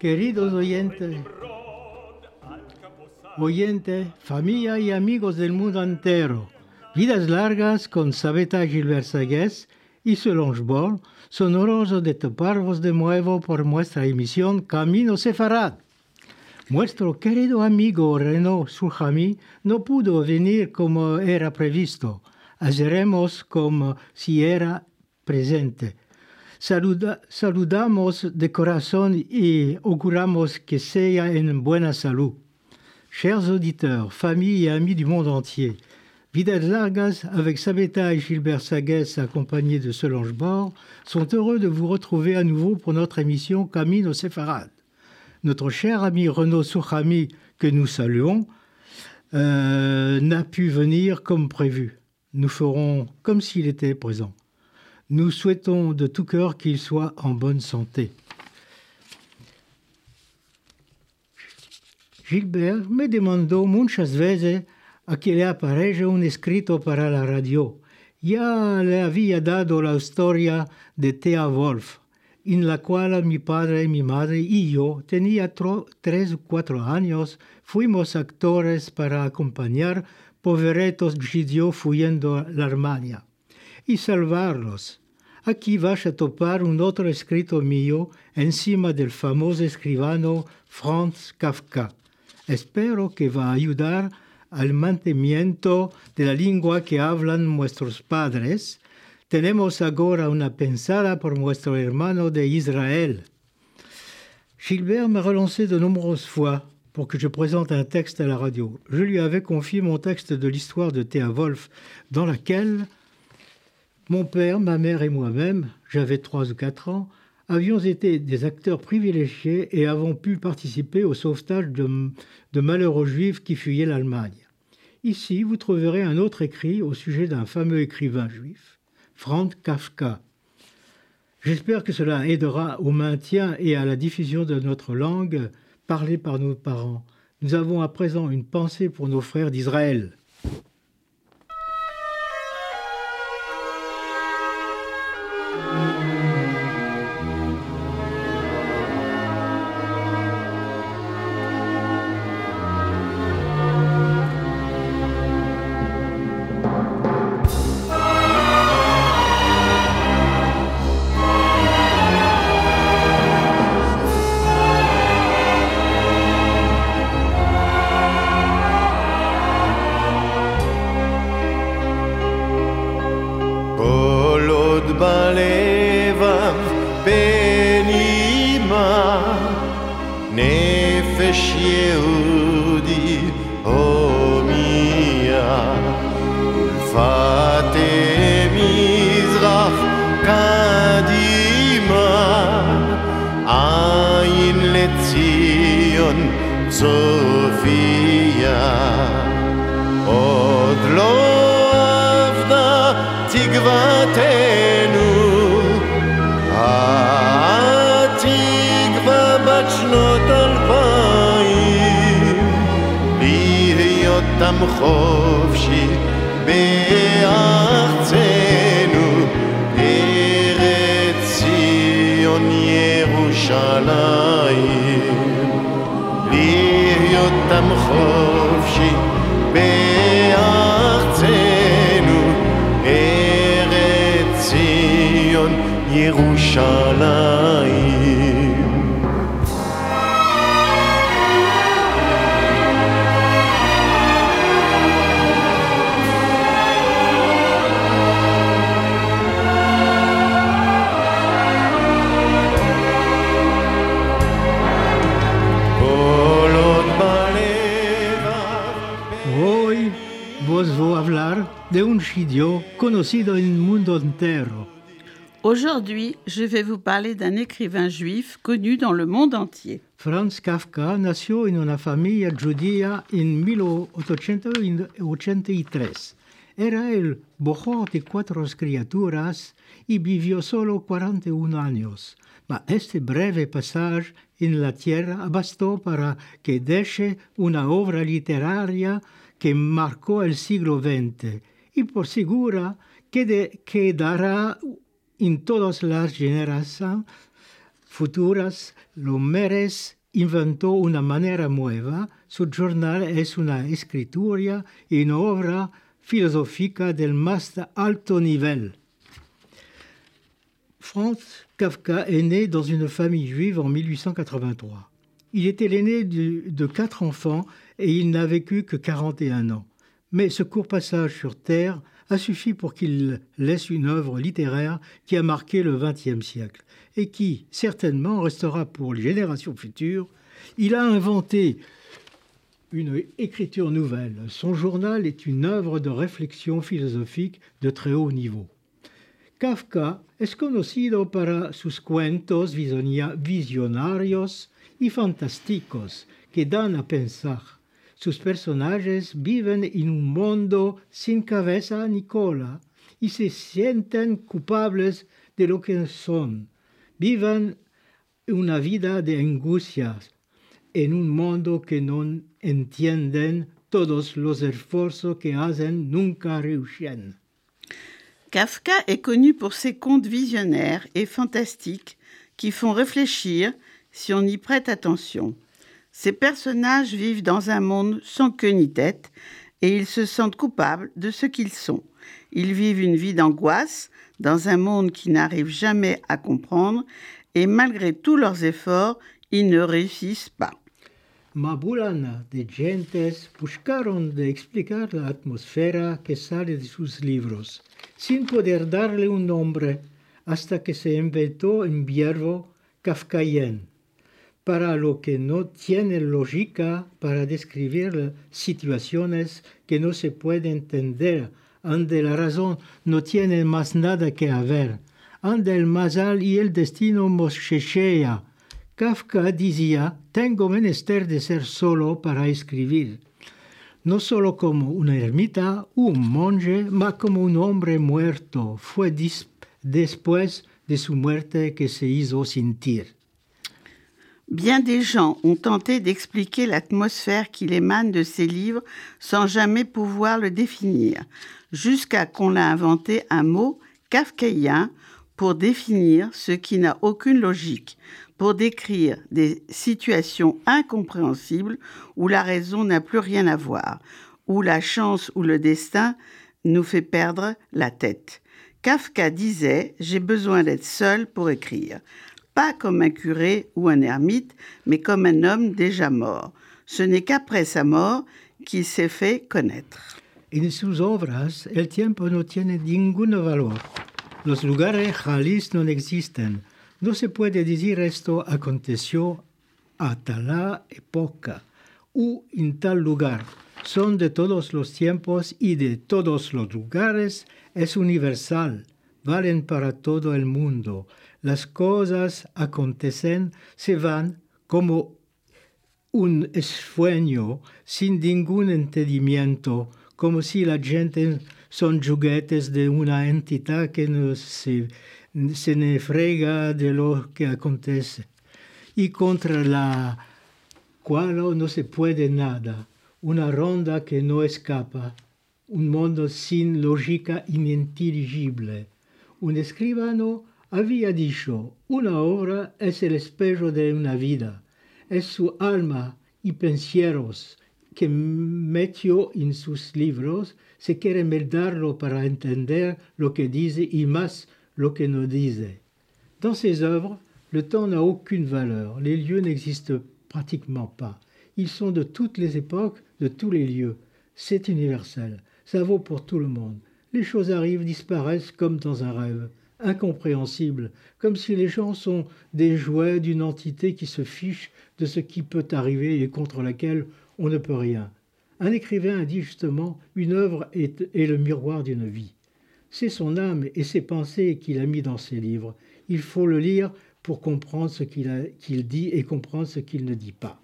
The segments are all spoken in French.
Queridos oyentes, familia y amigos del mundo entero, vidas largas con Sabeta Gilbert Sagués y Solange Ball, sonorosos de toparvos de nuevo por nuestra emisión Camino Sefarad. Nuestro querido amigo Renaud Sourhami no pudo venir como era previsto. Haremos como si era presente. Saludamos de corazón y auguramos que sea en buena salud. Chers auditeurs, familles et amis du monde entier, Vidas Largas avec Sabeta et Gilbert Sagues accompagnés de Solange Bord sont heureux de vous retrouver à nouveau pour notre émission Camino Sefarad. Notre cher ami Renaud Sourhami, que nous saluons, n'a pu venir comme prévu. Nous ferons comme s'il était présent. Nous souhaitons de tout cœur qu'il soit en bonne santé. Gilbert me demandó muchas veces a que le aparezca un escrito para la radio. Ya le había dado la historia de Thea Wolf, en la cual mi padre, mi madre y yo, tenía 3 o 4 años, fuimos actores para acompañar pobretos judíos huyendo a la Alemania y salvarlos. Aquí vas a topar un otro escrito mío encima del famoso escribano Franz Kafka. Espero que va a ayudar al mantenimiento de la lengua que hablan nuestros padres. Tenemos ahora una pensada por nuestro hermano de Israël. Gilbert m'a relancé de nombreuses fois pour que je présente un texte à la radio. Je lui avais confié mon texte de l'histoire de Thea Wolf, dans laquelle mon père, ma mère et moi-même, j'avais 3 ou 4 ans, avions été des acteurs privilégiés et avons pu participer au sauvetage de malheureux juifs qui fuyaient l'Allemagne. Ici, vous trouverez un autre écrit au sujet d'un fameux écrivain juif, Franz Kafka. J'espère que cela aidera au maintien et à la diffusion de notre langue parlée par nos parents. Nous avons à présent une pensée pour nos frères d'Israël. חופשי בארצנו, ארץ ציון ירושלים. להיות עם חופשי בארצנו, ארץ ציון ירושלים. De un judío conocido en el mundo entero. Aujourd'hui, je vais vous parler d'un écrivain juif connu dans le monde entier. Franz Kafka nació en una familia judía en 1883. Era el mejor de 4 criaturas y vivió solo 41 años. Ma este breve pasaje en la tierra bastó para que deje una obra literaria que marcó el siglo XX y por segura quedará en todas las generaciones futuras. Lo merece inventó una manera nueva. Su journal es una escritura y una obra filosófica del más alto nivel. Franz Kafka est né dans une famille juive en 1883. Il était l'aîné de 4 enfants et il n'a vécu que 41 ans. Mais ce court passage sur Terre a suffi pour qu'il laisse une œuvre littéraire qui a marqué le XXe siècle et qui, certainement, restera pour les générations futures. Il a inventé une écriture nouvelle. Son journal est une œuvre de réflexion philosophique de très haut niveau. Kafka es conocido para sus cuentos visionarios y fantásticos que dan a pensar. Sus personajes viven en un mundo sin cabeza ni cola y se sienten culpables de lo que son. Viven una vida de angustias en un mundo que no entienden. Todos los esfuerzos que hacen nunca réussissent. Kafka est connu pour ses contes visionnaires et fantastiques qui font réfléchir si on y prête attention. Ces personnages vivent dans un monde sans queue ni tête et ils se sentent coupables de ce qu'ils sont. Ils vivent une vie d'angoisse dans un monde qu'ils n'arrivent jamais à comprendre et malgré tous leurs efforts, ils ne réussissent pas. Mabulana de gentes buscaron de explicar la atmósfera que sale de sus libros, sin poder darle un nombre, hasta que se inventó un verbo kafkaien, para lo que no tiene lógica para describir situaciones que no se pueden entender, donde la razón no tiene más nada que ver, donde el mazal y el destino nos chechea. Kafka decía, tengo menester de ser solo para escribir, no solo como una ermita o un monje, mas como un hombre muerto. Fue después de su muerte que se hizo sentir. Bien des gens ont tenté d'expliquer l'atmosphère qu'il émane de ses livres sans jamais pouvoir le définir, jusqu'à qu'on a inventé un mot kafkaïen pour définir ce qui n'a aucune logique, pour décrire des situations incompréhensibles où la raison n'a plus rien à voir, où la chance ou le destin nous fait perdre la tête. Kafka disait « J'ai besoin d'être seul pour écrire ». Pas comme un curé ou un ermite, mais comme un homme déjà mort. Ce n'est qu'après sa mort qu'il s'est fait connaître. En sus obras, el tiempo no tiene ningún valor. Los lugares reales no existen. No se puede decir esto aconteció a tal época o en tal lugar. Son de todos los tiempos y de todos los lugares. Es universal. Valen para todo el mundo. Las cosas acontecen, se van como un sueño sin ningún entendimiento, como si la gente son juguetes de una entidad que no se ne frega de lo que acontece y contra la cual no se puede nada, una ronda que no escapa, un mundo sin lógica ininteligible. Un escribano había dicho, una obra es el espejo de una vida, es su alma y pensamientos que metió en sus libros, se quiere moldarlo para entender lo que dice y más lo que no dice. Dans ses œuvres, le temps n'a aucune valeur, les lieux n'existent pratiquement pas. Ils sont de toutes les époques, de tous les lieux. C'est universel, ça vaut pour tout le monde. Les choses arrivent, disparaissent comme dans un rêve. Incompréhensible, comme si les gens sont des jouets d'une entité qui se fiche de ce qui peut arriver et contre laquelle on ne peut rien. Un écrivain a dit justement, une œuvre est le miroir d'une vie. C'est son âme et ses pensées qu'il a mis dans ses livres. Il faut le lire pour comprendre ce qu'il dit et comprendre ce qu'il ne dit pas.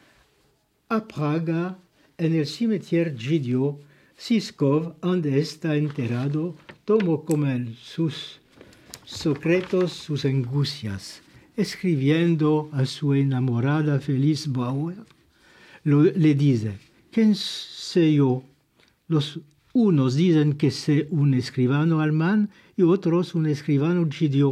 À Praga, en el cimetière Gidio, Žižkov, donde está enterrado, tomó como sus secretos, sus angustias, escribiendo a su enamorada Feliz Bauer, le dice, ¿quién sé yo? Los unos dicen que sé un escribano alemán y otros un escribano judío.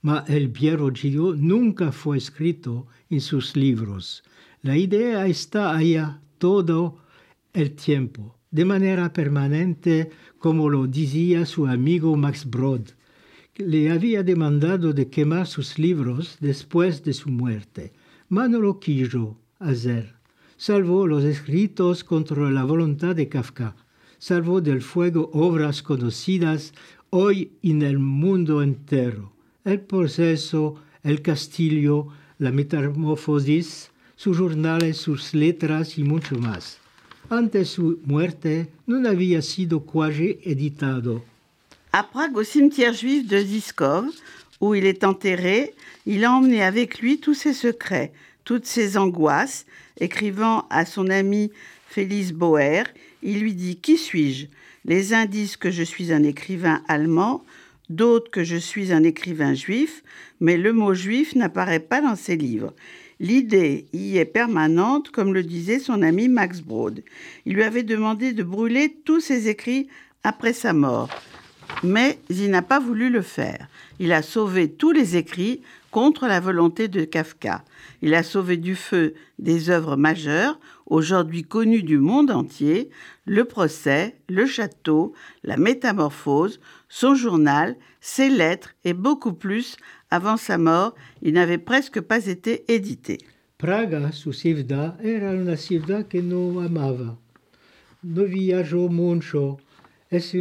ma el Piero Gidio nunca fue escrito en sus libros. La idea está allá todo el tiempo, de manera permanente, como lo decía su amigo Max Brod. Le había demandado de quemar sus libros después de su muerte, mas no lo quiso hacer. Salvó los escritos contra la voluntad de Kafka. Salvó del fuego obras conocidas hoy en el mundo entero. El proceso, el castillo, la metamorfosis, sus jornales, sus letras y mucho más. Antes su muerte no había sido quasi editado. À Prague, au cimetière juif de Žižkov, où il est enterré, il a emmené avec lui tous ses secrets, toutes ses angoisses. Écrivant à son ami Félix Bauer, il lui dit « Qui suis-je » Les uns disent que je suis un écrivain allemand, d'autres que je suis un écrivain juif, mais le mot juif n'apparaît pas dans ses livres. L'idée y est permanente, comme le disait son ami Max Brod. Il lui avait demandé de brûler tous ses écrits après sa mort. Mais il n'a pas voulu le faire. Il a sauvé tous les écrits contre la volonté de Kafka. Il a sauvé du feu des œuvres majeures, aujourd'hui connues du monde entier, le procès, le château, la métamorphose, son journal, ses lettres et beaucoup plus. Avant sa mort, il n'avait presque pas été édité. Praga, su ciudad, era una ciudad que no amaba. No viajó mucho. Es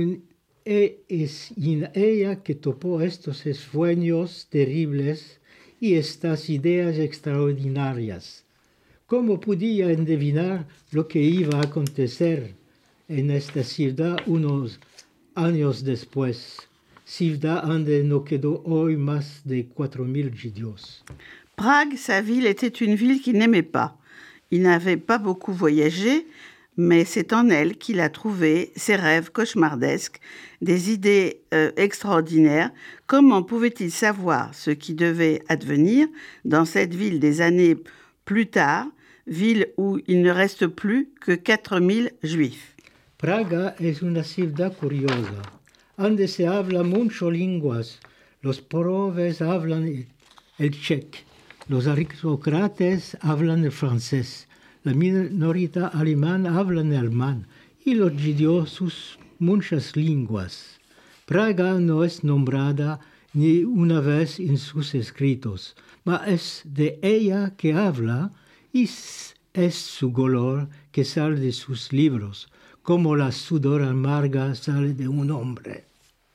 en ella que topó estos sueños terribles y estas ideas extraordinarias. ¿Cómo podía adivinar lo que iba a acontecer en esta ciudad unos años después? Ciudad donde no quedó hoy más de 4,000 judíos. Prague, sa ville, était une ville qu'il n'aimait pas. Il n'avait pas beaucoup voyagé, mais c'est en elle qu'il a trouvé ses rêves cauchemardesques, des idées extraordinaires. Comment pouvait-il savoir ce qui devait advenir dans cette ville des années plus tard, ville où il ne reste plus que 4,000 juifs? Praga es una ciudad curiosa, donde se habla mucho lenguas. Los pobres hablan el checo, los aristócratas hablan el francés. La minoría alemana habla alemán y los judíos sus muchas lenguas. Praga no es nombrada ni una vez en sus escritos, mas es de ella que habla y es su dolor que sale de sus libros, como la sudor amarga sale de un hombre.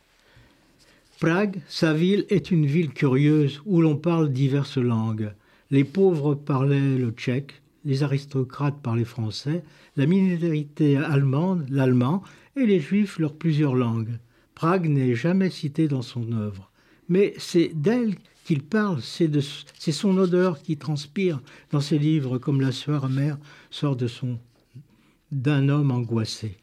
Prague, sa ville, est une ville curieuse où l'on parle diverses langues. Les pauvres parlaient le tchèque, les aristocrates parlaient français, la minorité allemande, l'allemand, et les juifs leurs plusieurs langues. Prague n'est jamais citée dans son œuvre, mais c'est d'elle qu'il parle, c'est son odeur qui transpire dans ses livres comme la sueur amère sort d'un homme angoissé.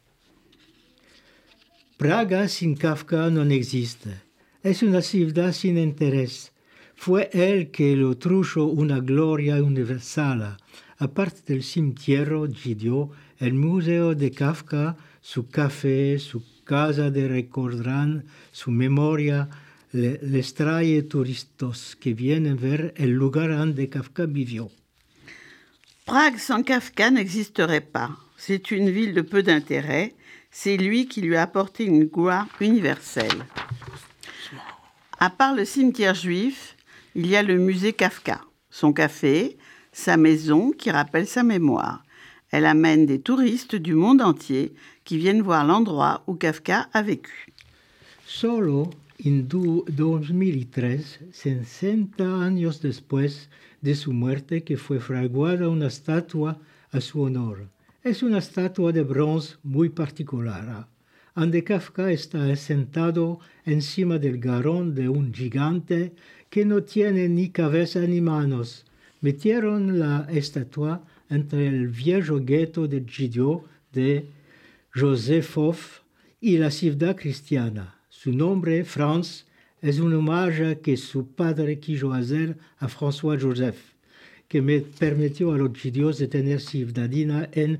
Praga sin Kafka non existe. Es una ciudad sin interés. Fue él que lo trujo una gloria universal. Aparte del cimetière judío, el museo de Kafka, su café, su casa de recordran, su memoria, les trae turistas que vienen ver el lugar donde Kafka vivió. Prague sans Kafka n'existerait pas. C'est une ville de peu d'intérêt. C'est lui qui lui a apporté une gloire universelle. À part le cimetière juif, il y a le musée Kafka, son café, sa maison qui rappelle sa mémoire. Elle amène des touristes du monde entier qui viennent voir l'endroit où Kafka a vécu. Solo en 2003, 60 años después de su muerte, que fue fraguada una estatua a su honor. Es una estatua de bronce muy particular, donde Kafka está sentado encima del garrón de un gigante que no tiene ni cabeza ni manos. Metieron la estatua entre el viejo gueto de judío de Józefov y la ciudad cristiana. Su nombre, Franz, es un homenaje que su padre quiso hacer a François Joseph, que me permitió a los judíos de tener ciudadanía en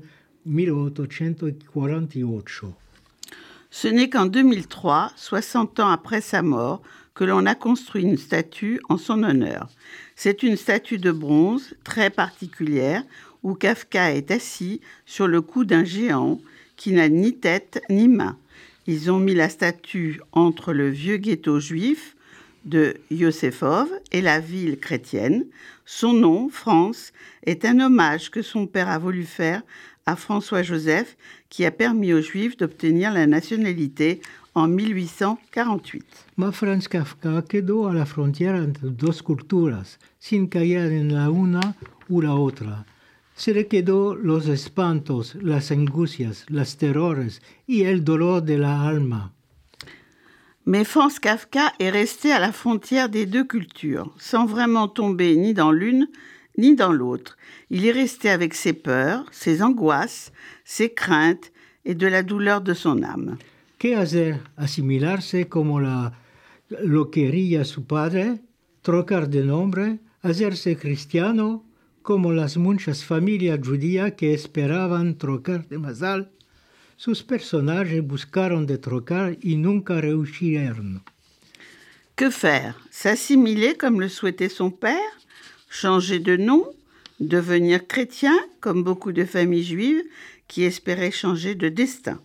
1848. Ce n'est qu'en 2003, 60 ans après sa mort, que l'on a construit une statue en son honneur. C'est une statue de bronze très particulière où Kafka est assis sur le cou d'un géant qui n'a ni tête ni main. Ils ont mis la statue entre le vieux ghetto juif de Iosifov et la ville chrétienne. Son nom, France, est un hommage que son père a voulu faire à François-Joseph, qui a permis aux Juifs d'obtenir la nationalité en 1848. Ma Franz Kafka quedó a la frontera entre dos culturas, sin caer en la una u la otra. Se le quedó los espantos, las angustias, los terrores y el dolor de la alma. Mais Franz Kafka est resté à la frontière des deux cultures, sans vraiment tomber ni dans l'une ni dans l'autre. Il est resté avec ses peurs, ses angoisses, ses craintes et de la douleur de son âme. ¿Qué hacer? ¿Asimilarse como lo quería su padre? ¿Trocar de nombre? ¿Hacerse cristiano? Como las muchas familias judías que esperaban trocar de mazal? Sus personajes buscaron de trocar y nunca réussirent. Que faire? S'assimiler comme le souhaitait son père? Changer de nom? Devenir chrétien, comme beaucoup de familles juives qui espéraient changer de destin?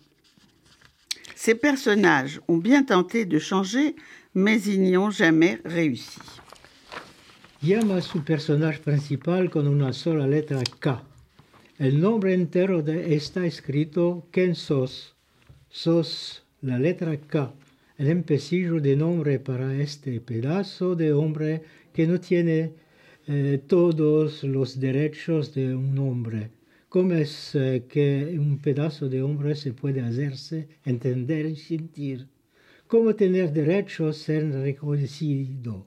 Ces personnages ont bien tenté de changer, mais ils n'y ont jamais réussi. Llama a su personaje principal con una sola letra K. El nombre entero está escrito ¿Quién sos? Sos la letra K, el empecillo de nombre para este pedazo de hombre que no tiene todos los derechos de un hombre. ¿Cómo es que un pedazo de hombre se puede hacerse entender y sentir? ¿Cómo tener derechos ser reconocido?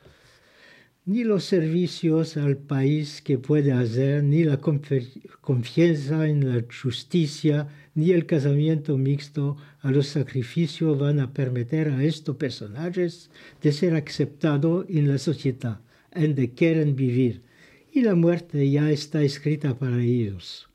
Ni los servicios al país que puede hacer, ni la confianza en la justicia, ni el casamiento mixto a los sacrificios van a permitir a estos personajes de ser aceptados en la sociedad, en donde quieren vivir. Y la muerte ya está escrita para ellos.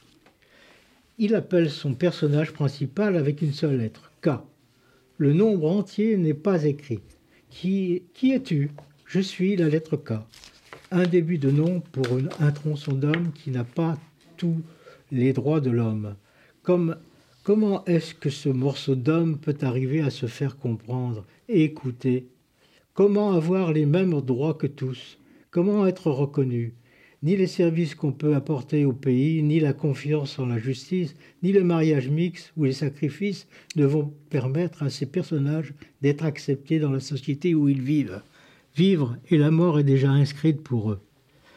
Il appelle son personnage principal avec une seule lettre, K. Le nombre entier n'est pas écrit. Qui es-tu? Je suis la lettre K. Un début de nom pour un tronçon d'homme qui n'a pas tous les droits de l'homme. Comment est-ce que ce morceau d'homme peut arriver à se faire comprendre et écouter? Comment avoir les mêmes droits que tous? Comment être reconnu? Ni les services qu'on peut apporter au pays, ni la confiance en la justice, ni le mariage mixte ou les sacrifices ne vont permettre à ces personnages d'être acceptés dans la société où ils vivent. Vivre et la mort est déjà inscrite pour eux.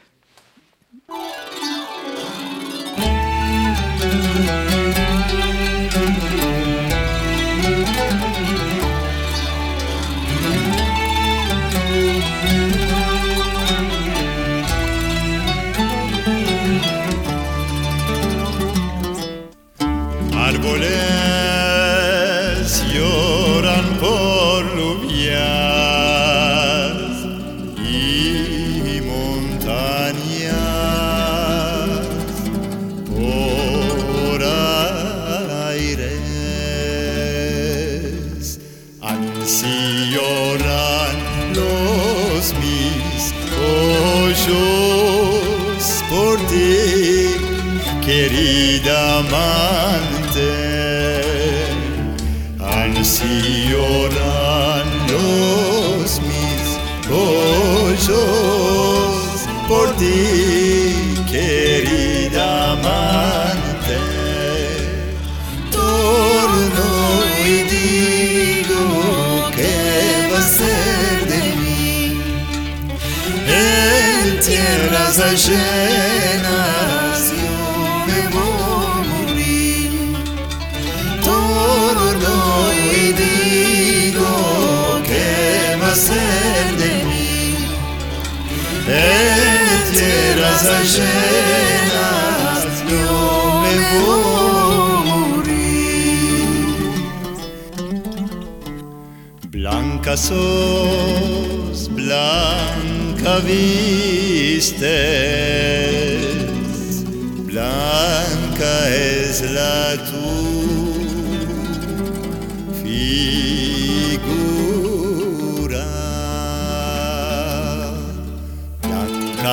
Árboles lloran por lluvias y montañas por aires. Así lloran los mis ojos por ti, querida amante. Así lloran los mis ojos por ti, querida amante. Torno y digo ¿qué va a ser de mí? En tierras ajenas yo me voy a morir. Torno y digo ¿qué va a ser de mí? En tierras ajenas yo me voy a morir. Blanca sos, blanca vistes, blanca es la tu figura.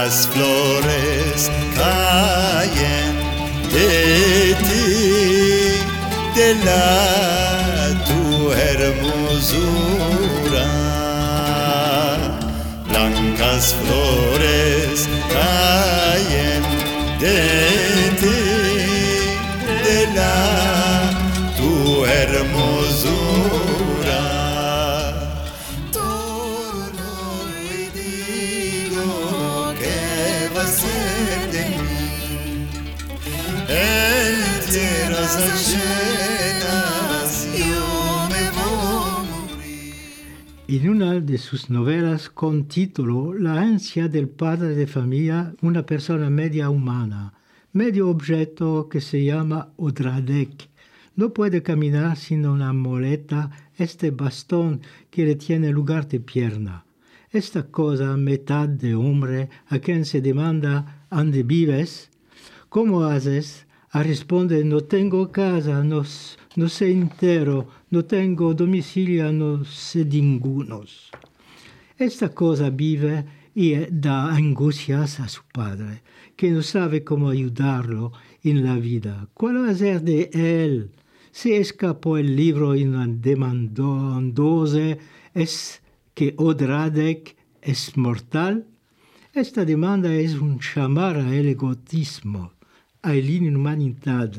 Blancas flores caen de ti, de la tu hermosura. Blancas flores caen de ti, de la tu hermosura. Torno y digo que va a ser de mí en tierras ajenas yo me voy a morir. En una de sus novelas con título La ansia del padre de familia, una persona media humana, medio objeto que se llama Odradek, no puede caminar sin una muleta, este bastón que le tiene lugar de pierna. Esta cosa, mitad de hombre, a quien se demanda ¿ande vives? ¿Cómo haces? A responde, no tengo casa, no sé entero, no tengo domicilio, no sé ningunos. Esta cosa vive y da angustias a su padre, que no sabe cómo ayudarlo en la vida. ¿Cuál hacer de él? Se escapó el libro en una demandándose, ¿es que Odradek es mortal? Esta demanda es un llamar al egotismo, à l'inhumanité.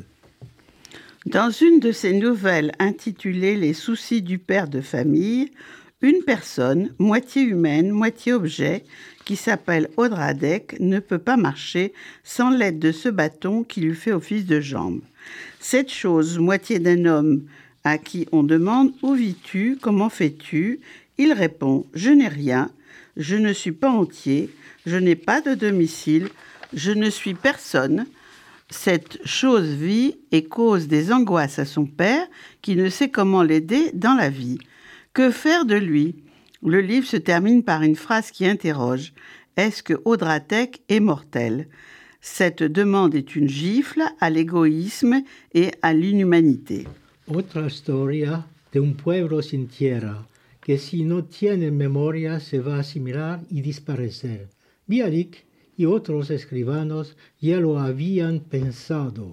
Dans une de ses nouvelles intitulée Les soucis du père de famille, une personne, moitié humaine, moitié objet, qui s'appelle Odradek, ne peut pas marcher sans l'aide de ce bâton qui lui fait office de jambe. Cette chose, moitié d'un homme à qui on demande « Où vis-tu ? Comment fais-tu ?» Il répond « Je n'ai rien, je ne suis pas entier, je n'ai pas de domicile, je ne suis personne. » Cette chose vit et cause des angoisses à son père qui ne sait comment l'aider dans la vie. Que faire de lui ? Le livre se termine par une phrase qui interroge. Est-ce que Odradek est mortel ? Cette demande est une gifle à l'égoïsme et à l'inhumanité. Otra historia de un pueblo sin tierra, que si no tiene memoria se va a asimilar y desaparecer. Bialik y otros escribanos ya lo habían pensado.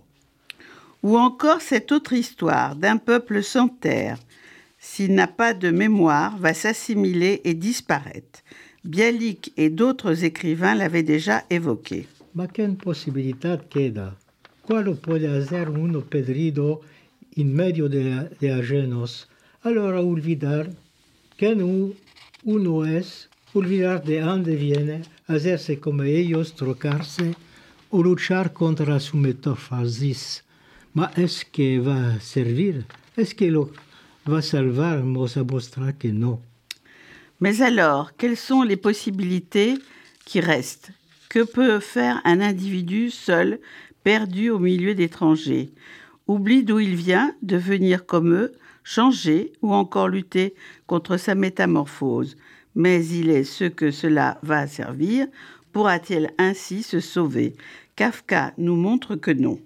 Ou encore cette autre histoire d'un peuple sans terre, s'il n'a pas de mémoire, va s'assimiler et disparaître. Bialik et d'autres écrivains l'avaient déjà évoqué. Ma qué posibilidad queda? ¿Cuál puede hacer uno perdido en medio de ajenos? Allora olvidar quién uno es, olvidar de dónde viene, hacerse como ellos, trocarse o luchar contra su metamorfosis. ¿Ma es que va a servir? ¿Es que lo va a salvar? Vamos a mostrar que no. Mais alors, quelles sont les possibilités qui restent ? Que peut faire un individu seul, perdu au milieu d'étrangers ? Oublie d'où il vient, devenir comme eux, changer ou encore lutter contre sa métamorphose. Mais il est ce que cela va servir. Pourra-t-il ainsi se sauver ? Kafka nous montre que non.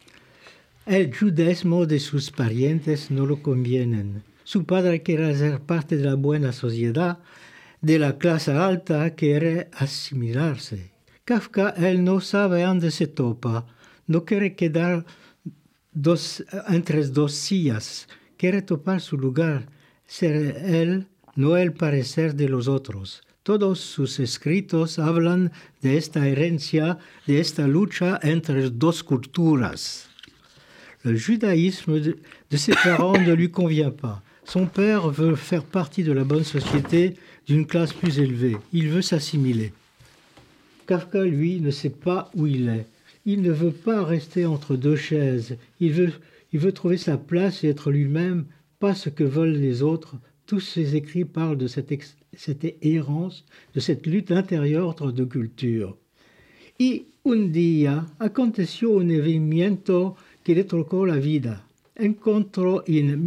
El judaísmo de sus parientes no lo convienen. Su padre quiere ser parte de la buena sociedad, de la clase alta quiere asimilarse. Kafka, él no sabe dónde se topa, no quiere quedar entre dos sillas, quiere topar su lugar, ser él, no el parecer de los otros. Todos sus escritos hablan de esta herencia, de esta lucha entre dos culturas. Le judaïsme de ses parents ne lui convient pas. Son père veut faire partie de la bonne société d'une classe plus élevée. Il veut s'assimiler. Kafka, lui, ne sait pas où il est. Il ne veut pas rester entre deux chaises. Il veut trouver sa place et être lui-même, pas ce que veulent les autres. Tous ses écrits parlent de cette errance, de cette lutte intérieure entre deux cultures. Y un día aconteció un evento que le tocó la vida. Encontró en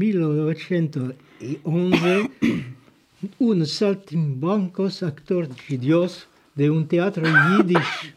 1911 un saltimbancos actor judíos de un teatro yiddish.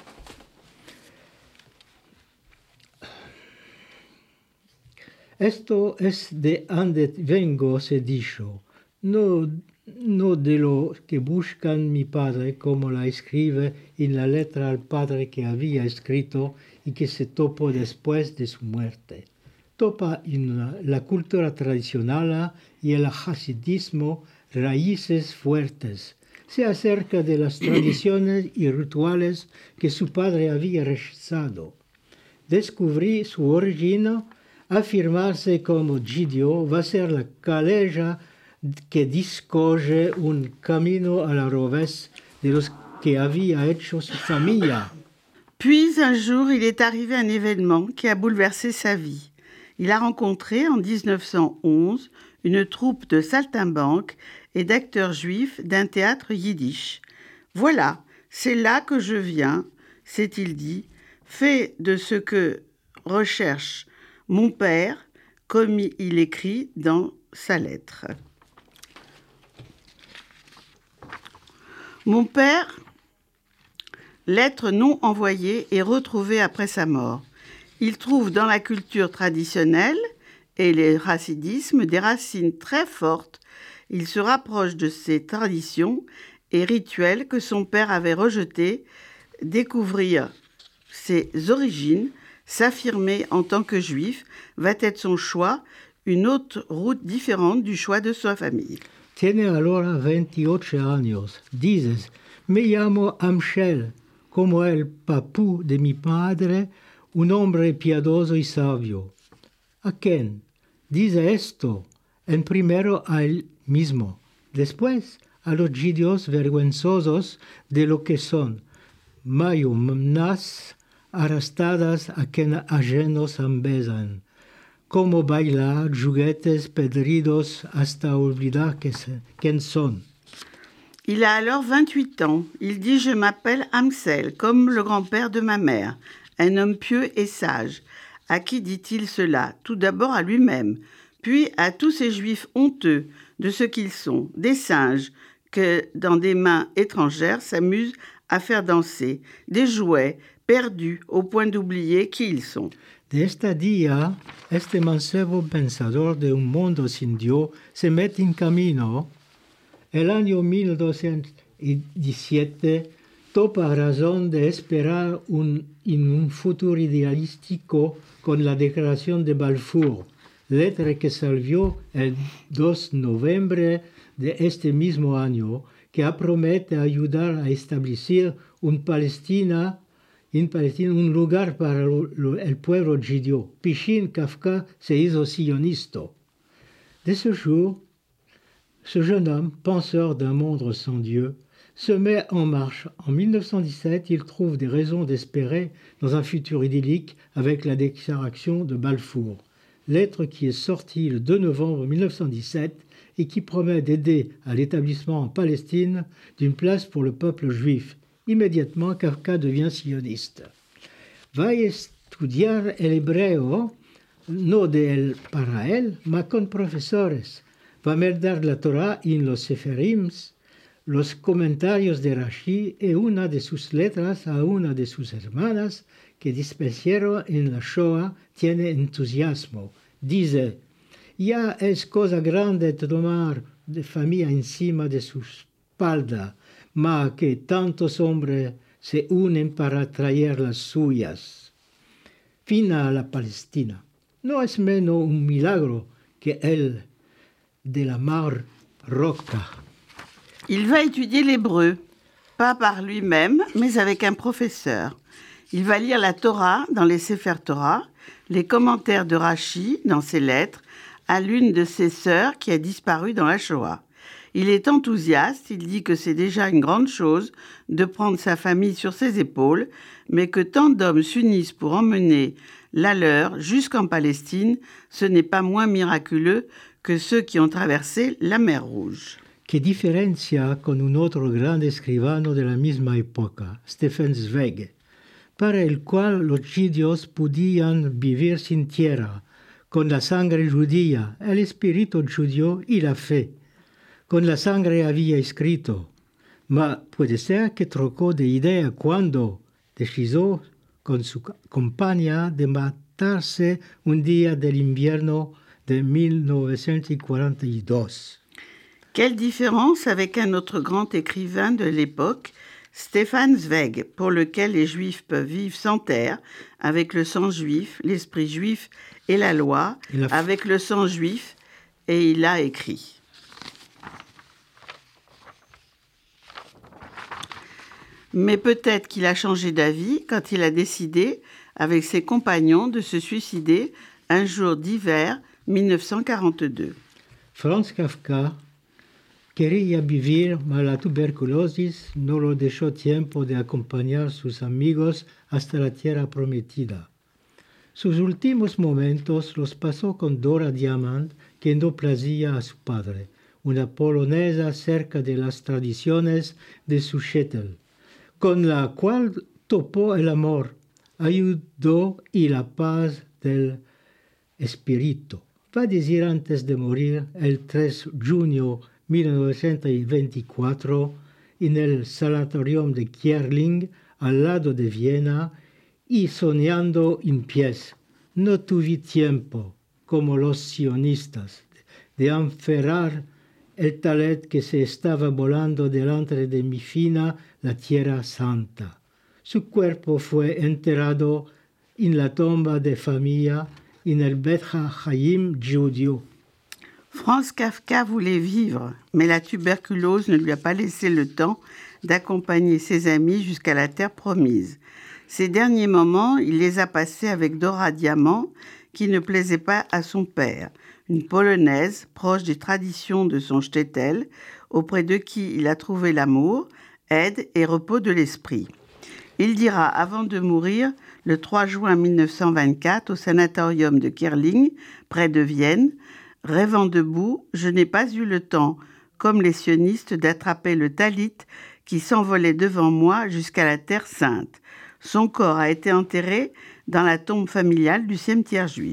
Esto es de donde vengo, se dijo. No no de lo que buscan mi padre, como la escribe en la letra al padre que había escrito y que se topó después de su muerte. Topa en la cultura tradicional y el hasidismo raíces fuertes. Se acerca de las tradiciones y rituales que su padre había rechazado. Descubrir su origen, afirmarse como judío, va a ser la calella que discoge un camino al revés de los que había hecho su familia. Puis un jour, il est arrivé un événement qui a bouleversé sa vie. Il a rencontré en 1911 une troupe de saltimbanques et d'acteurs juifs d'un théâtre yiddish. « Voilà, c'est là que je viens, s'est-il dit, fait de ce que recherche mon père, comme il écrit dans sa lettre. Mon père, lettre non envoyée et retrouvée après sa mort. Il trouve dans la culture traditionnelle et les hasidismes des racines très fortes. Il se rapproche de ces traditions et rituels que son père avait rejetés, découvrir ses origines, s'affirmer en tant que juif, va être son choix, une autre route différente du choix de sa famille. Tiene allora 28 años. Dices, me llamo Amshel, como el papú de mi padre, un hombre piadoso y sabio. ¿A quién? Dice esto, en primero a él mismo, después a los judíos vergonzosos de lo que son, mayumnas arrastradas a quien ajenos besan, como bailar juguetes pedridos hasta olvidar quién son. Il a alors 28 ans. Il dit « Je m'appelle Amsel, comme le grand-père de ma mère, un homme pieux et sage. » À qui dit-il cela? Tout d'abord à lui-même, puis à tous ces juifs honteux de ce qu'ils sont, des singes que, dans des mains étrangères, s'amusent à faire danser, des jouets perdus au point d'oublier qui ils sont. De este día, este mancebo pensador de un mundo sin Dios se mete en camino. El año 1217 topa razón de esperar en un futuro idealístico con la Declaración de Balfour, letra que salió el 2 de noviembre de este mismo año, que promete ayudar a establecer en Palestina un lugar para el pueblo judío. Pishin Kafka se hizo sionista. De ce jour, ce jeune homme, penseur d'un monde sans Dieu, se met en marche. En 1917, il trouve des raisons d'espérer dans un futur idyllique avec la déclaration de Balfour, lettre qui est sortie le 2 novembre 1917 et qui promet d'aider à l'établissement en Palestine d'une place pour le peuple juif. Immédiatement, Kafka devient sioniste. Va estudiar el hebreo, no de él para él, mas con profesores. Va a meter la Torah en los Seferims, los comentarios de Rashi y una de sus letras a una de sus hermanas que dispensieron en la Shoah tiene entusiasmo. Dice, ya es cosa grande tomar de familia encima de su espalda, ma que tantos hombres se unen para traer las suyas. Fina a la Palestina. No es menos un milagro que el de la Mar Roca. Il va étudier l'hébreu, pas par lui-même, mais avec un professeur. Il va lire la Torah dans les Sefer Torah, les commentaires de Rashi dans ses lettres à l'une de ses sœurs qui a disparu dans la Shoah. Il est enthousiaste, il dit que c'est déjà une grande chose de prendre sa famille sur ses épaules, mais que tant d'hommes s'unissent pour emmener la leur jusqu'en Palestine, ce n'est pas moins miraculeux que ceux qui ont traversé la mer Rouge. Que diferencia con un otro gran escribano de la misma época, Stefan Zweig, para el cual los judíos podían vivir sin tierra, con la sangre judía, el espíritu judío y la fe. Con la sangre había escrito, ma puede ser que trocó de idea cuando decidió con su compañía de matarse un día del invierno de 1942. Quelle différence avec un autre grand écrivain de l'époque, Stefan Zweig, pour lequel les Juifs peuvent vivre sans terre, avec le sang juif, l'esprit juif et la loi, avec le sang juif, et il a écrit. Mais peut-être qu'il a changé d'avis quand il a décidé, avec ses compagnons, de se suicider un jour d'hiver 1942. Franz Kafka quería vivir, mas la tuberculosis no lo dejó tiempo de acompañar a sus amigos hasta la tierra prometida. Sus últimos momentos los pasó con Dora Diamant, que no placía a su padre, una polonesa cerca de las tradiciones de su shtetl, con la cual topó el amor, ayudó y la paz del espíritu. Va a decir antes de morir, el 3 de junio 1924, en el sanatorium de Kierling, al lado de Viena, y soñando en pies. No tuve tiempo, como los sionistas, de enferrar el talet que se estaba volando delante de mi fina la tierra santa. Su cuerpo fue enterrado en la tumba de familia en el Bet HaChaim judío. Franz Kafka voulait vivre, mais la tuberculose ne lui a pas laissé le temps d'accompagner ses amis jusqu'à la terre promise. Ces derniers moments, il les a passés avec Dora Diamant, qui ne plaisait pas à son père, une Polonaise proche des traditions de son shtetl, auprès de qui il a trouvé l'amour, aide et repos de l'esprit. Il dira, avant de mourir, le 3 juin 1924, au sanatorium de Kierling, près de Vienne, « Rêvant debout, je n'ai pas eu le temps, comme les sionistes, d'attraper le talit qui s'envolait devant moi jusqu'à la Terre Sainte. Son corps a été enterré dans la tombe familiale du cimetière juif. »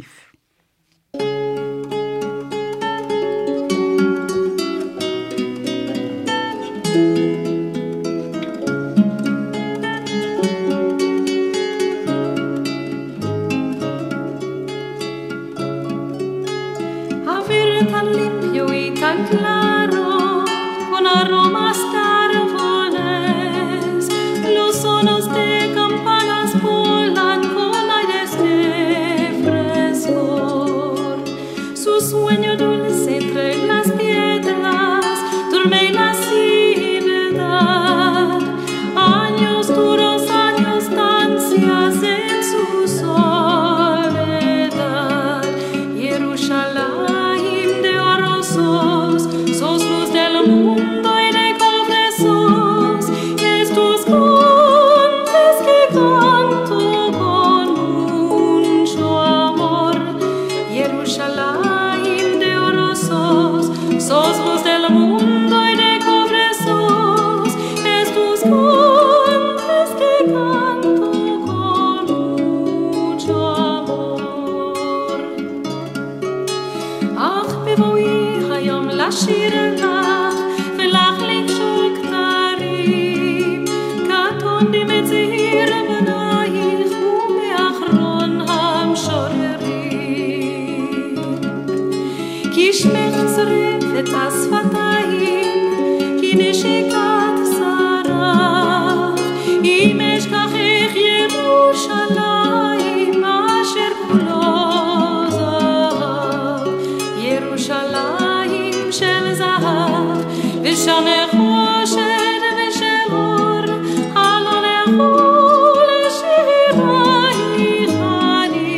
Tan limpio y tan claro, con aromas carbonés, los sonos de campanas volan con aires de frescor. Su sueño dulce entre las piedras duerme la ciudad. Años duros, años ansias en su soledad. Jerusalén, sos luz del mundo y de cofresos, estos cantes que canto con mucho amor. Jerusalén de oro sos luz del mundo y de cofresos, estos cantes que canto con mucho amor. Ach, היום לשיר לך ולהחליק שוק תרים קטונתי מצעיר בנייך ומאחרון המשוררים כי שמך צורף את השפתיים כי נשיקת שרף אם אשכחך ירושלים אשר כולו זהב ירושלים של זהב ושם נחושת ושל אור הלא נחול שירייך אני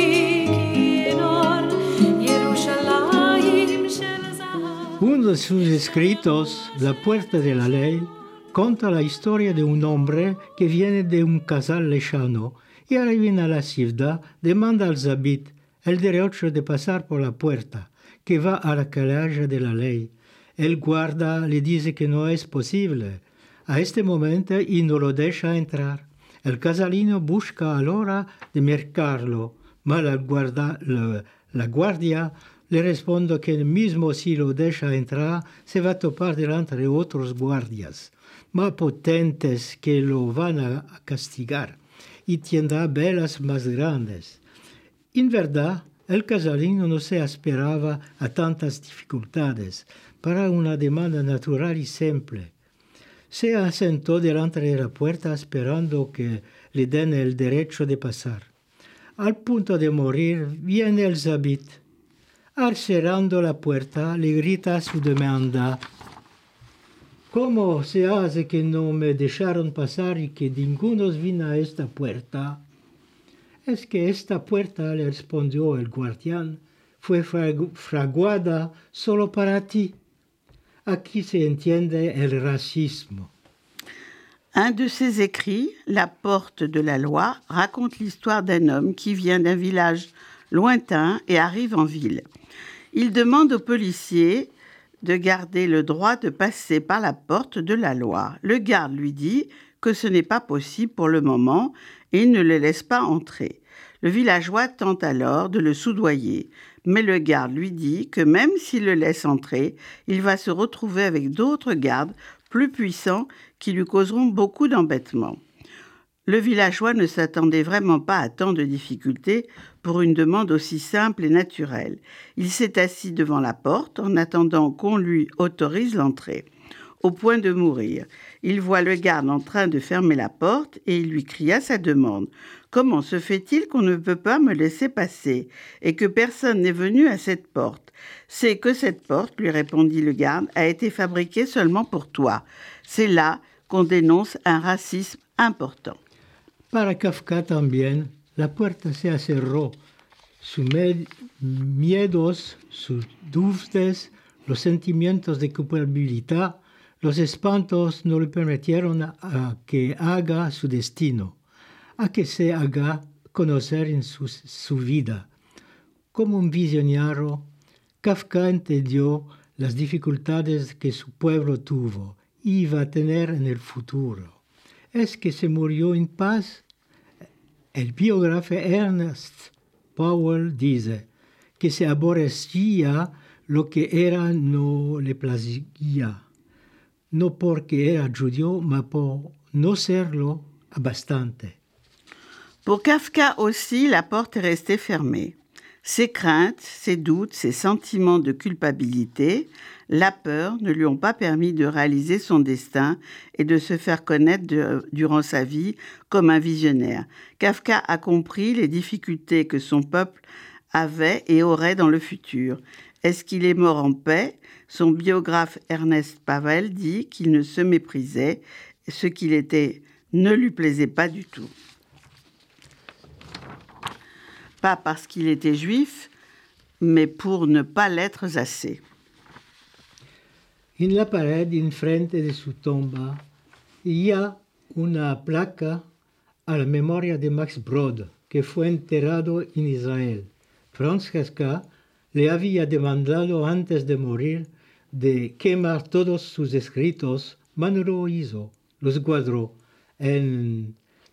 כינור ירושלים של זהב. Uno de sus escritos, La Puerta de la Ley, conta la historia de un hombre que viene de un casal lejano y arriba a la ciudad demanda al zabit el derecho de pasar por la puerta que va a la calle de la ley. El guarda le dice que no es posible a este momento y no lo deja entrar. El casalino busca a la hora de mercarlo, mas la guardia le responde que mismo si lo deja entrar, se va a topar delante de otros guardias más potentes que lo van a castigar y tendrá velas más grandes. En verdad, El casalino no se esperaba a tantas dificultades para una demanda natural y simple. Se asentó delante de la puerta esperando que le den el derecho de pasar. Al punto de morir, viene Elizabeth. Al cerrando la puerta, le grita a su demanda: ¿Cómo se hace que no me dejaron pasar y que ninguno vino a esta puerta? Es que esta puerta, le respondió el guardián, fue fraguada solo para ti. Aquí se entiende el racismo. Un de ses écrits, La porte de la loi, raconte l'histoire d'un homme qui vient d'un village lointain et arrive en ville. Il demande aux policiers de garder le droit de passer par la porte de la loi. Le garde lui dit que ce n'est pas possible pour le moment et il ne le laisse pas entrer. Le villageois tente alors de le soudoyer, mais le garde lui dit que même s'il le laisse entrer, il va se retrouver avec d'autres gardes plus puissants qui lui causeront beaucoup d'embêtements. Le villageois ne s'attendait vraiment pas à tant de difficultés pour une demande aussi simple et naturelle. Il s'est assis devant la porte en attendant qu'on lui autorise l'entrée. Au point de mourir, il voit le garde en train de fermer la porte et il lui crie à sa demande: « Comment se fait-il qu'on ne peut pas me laisser passer et que personne n'est venu à cette porte ? C'est que cette porte, lui répondit le garde, a été fabriquée seulement pour toi. C'est là qu'on dénonce un racisme important. » Para Kafka también, la puerta se cerró. Sus miedos, sus dudas, los sentimientos de culpabilidad, los espantos no le permitieron a que haga su destino, a que se haga conocer en su vida. Como un visionario, Kafka entendió las dificultades que su pueblo tuvo y iba a tener en el futuro. Es que se murió en paz. El biógrafo Ernest Powell dice que se aborrecía lo que era no le placía, no porque era judío, mais por no serlo bastante. Pour Kafka aussi, la porte est restée fermée. Ses craintes, ses doutes, ses sentiments de culpabilité, la peur ne lui ont pas permis de réaliser son destin et de se faire connaître durant sa vie comme un visionnaire. Kafka a compris les difficultés que son peuple avait et aurait dans le futur. Est-ce qu'il est mort en paix ? Son biographe Ernest Powell dit qu'il ne se méprisait, ce qu'il était ne lui plaisait pas du tout. Pas parce qu'il était juif, mais pour ne pas l'être assez. En la pared enfrente de su tumba y a una placa a la memoria de Max Brod, que fue enterrado en Israel. Franz Kafka le había demandado antes de morir de quemar todos sus escritos, mas no lo hizo, los guardó. En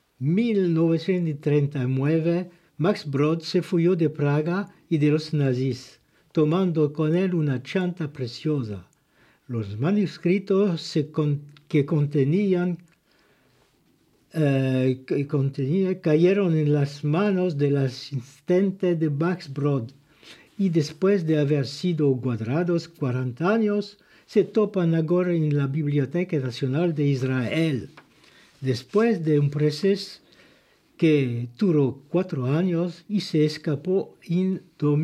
1939, Max Brod se fuyó de Praga y de los nazis, tomando con él una chanta preciosa. Los manuscritos que contenían cayeron en las manos del asistente de Max Brod y después de haber sido guardados 40 años, se topan ahora en la Biblioteca Nacional de Israel. Después de un proceso que duró 4 años y se escapó en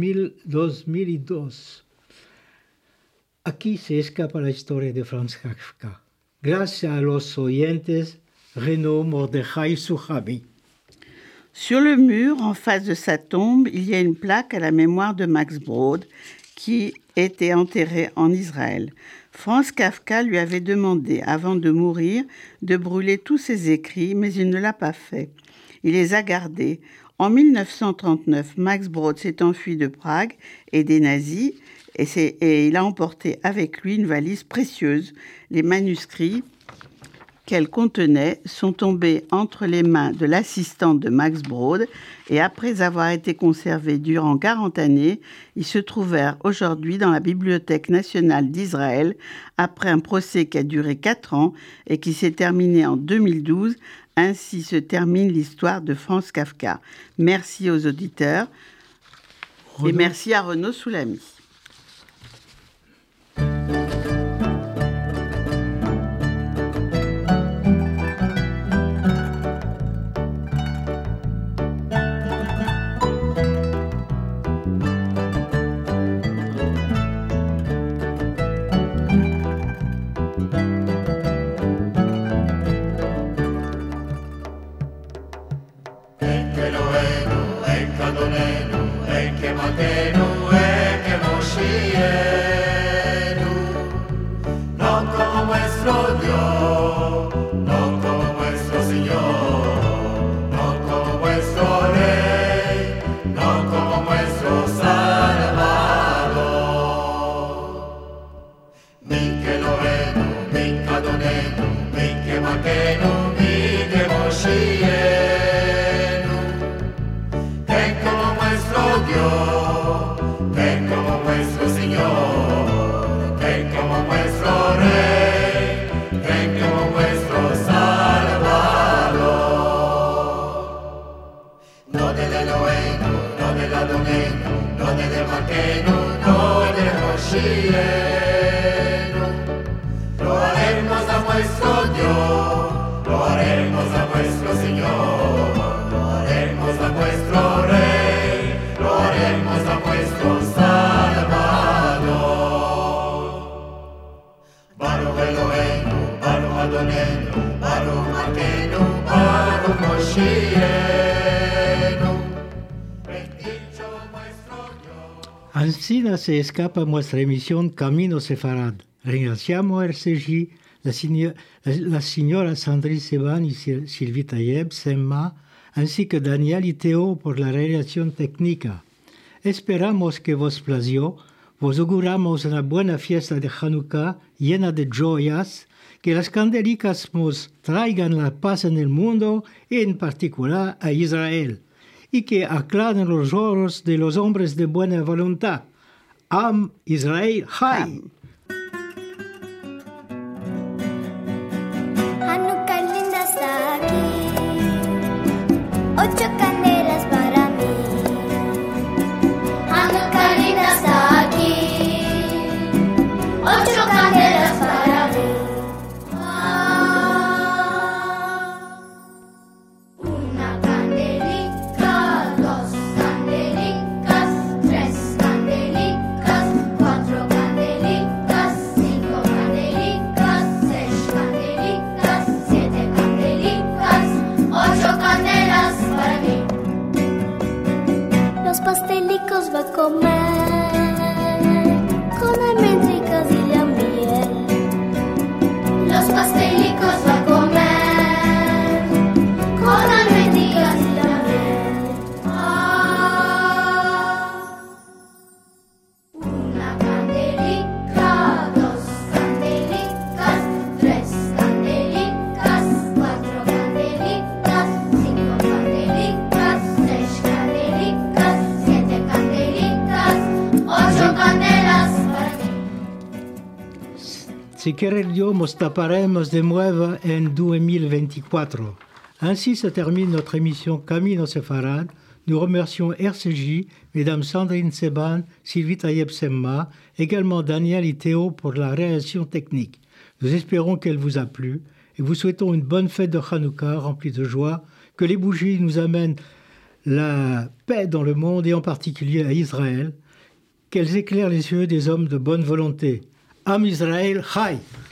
2002. Aquí se escapa la historia de Franz Kafka. Gracias a los oyentes, Renaud Mordechai Souchami. Sur le mur, en face de sa tombe, il y a une plaque à la mémoire de Max Brod, qui était enterré en Israël. Franz Kafka lui avait demandé, avant de mourir, de brûler tous ses écrits, mais il ne l'a pas fait. Il les a gardés. En 1939, Max Brod s'est enfui de Prague et des nazis, et il a emporté avec lui une valise précieuse. Les manuscrits qu'elle contenait sont tombés entre les mains de l'assistante de Max Brod et après avoir été conservés durant 40 années, ils se trouvèrent aujourd'hui dans la Bibliothèque nationale d'Israël après un procès qui a duré 4 ans et qui s'est terminé en 2012. Ainsi se termine l'histoire de Franz Kafka. Merci aux auditeurs. Et merci à Renaud Soulamy. Así se escapa nuestra emisión Camino Sefarad. Ringraziamo RCJ, la señora Sandrine Seban y Sylvie Tayeb, Semma, ainsi que Daniel y Teo por la realización técnica. Esperamos que vos plació, vos auguramos una buena fiesta de Hanukkah llena de joyas, que las candelicas nos traigan la paz en el mundo y en particular a Israel, y que aclaren los oros de los hombres de buena voluntad. Am Israel Chai. Hanukkah linda está aquí, 8 candelas para mí. Hanukkah linda está aquí, 8 candelas para mí. Una candelica, 2 candelicas, 3 candelicas, 4 candelicas, 5 candelicas, 6 candelicas, 7 candelicas, 8 candelas para mí. Los pastelicos va a comer con almendricas y la miel. Los pastelicos va a comer con almendricas y la miel. Una candelica, 2 candelicas, 3 candelicas, 4 candelicas, 5 candelicas, 6 candelicas, 7 candelicas, 8 candelas para mí. Si quiere Dios, nos taparemos de nuevo en 2024. Ainsi se termine notre émission Camino Sefarad. Nous remercions RCJ, Mesdames Sandrine Seban, Sylvie Tayeb Semma, également Daniel et Théo pour la réalisation technique. Nous espérons qu'elle vous a plu et vous souhaitons une bonne fête de Hanouka remplie de joie, que les bougies nous amènent la paix dans le monde et en particulier à Israël, qu'elles éclairent les yeux des hommes de bonne volonté. Am Israël Chai!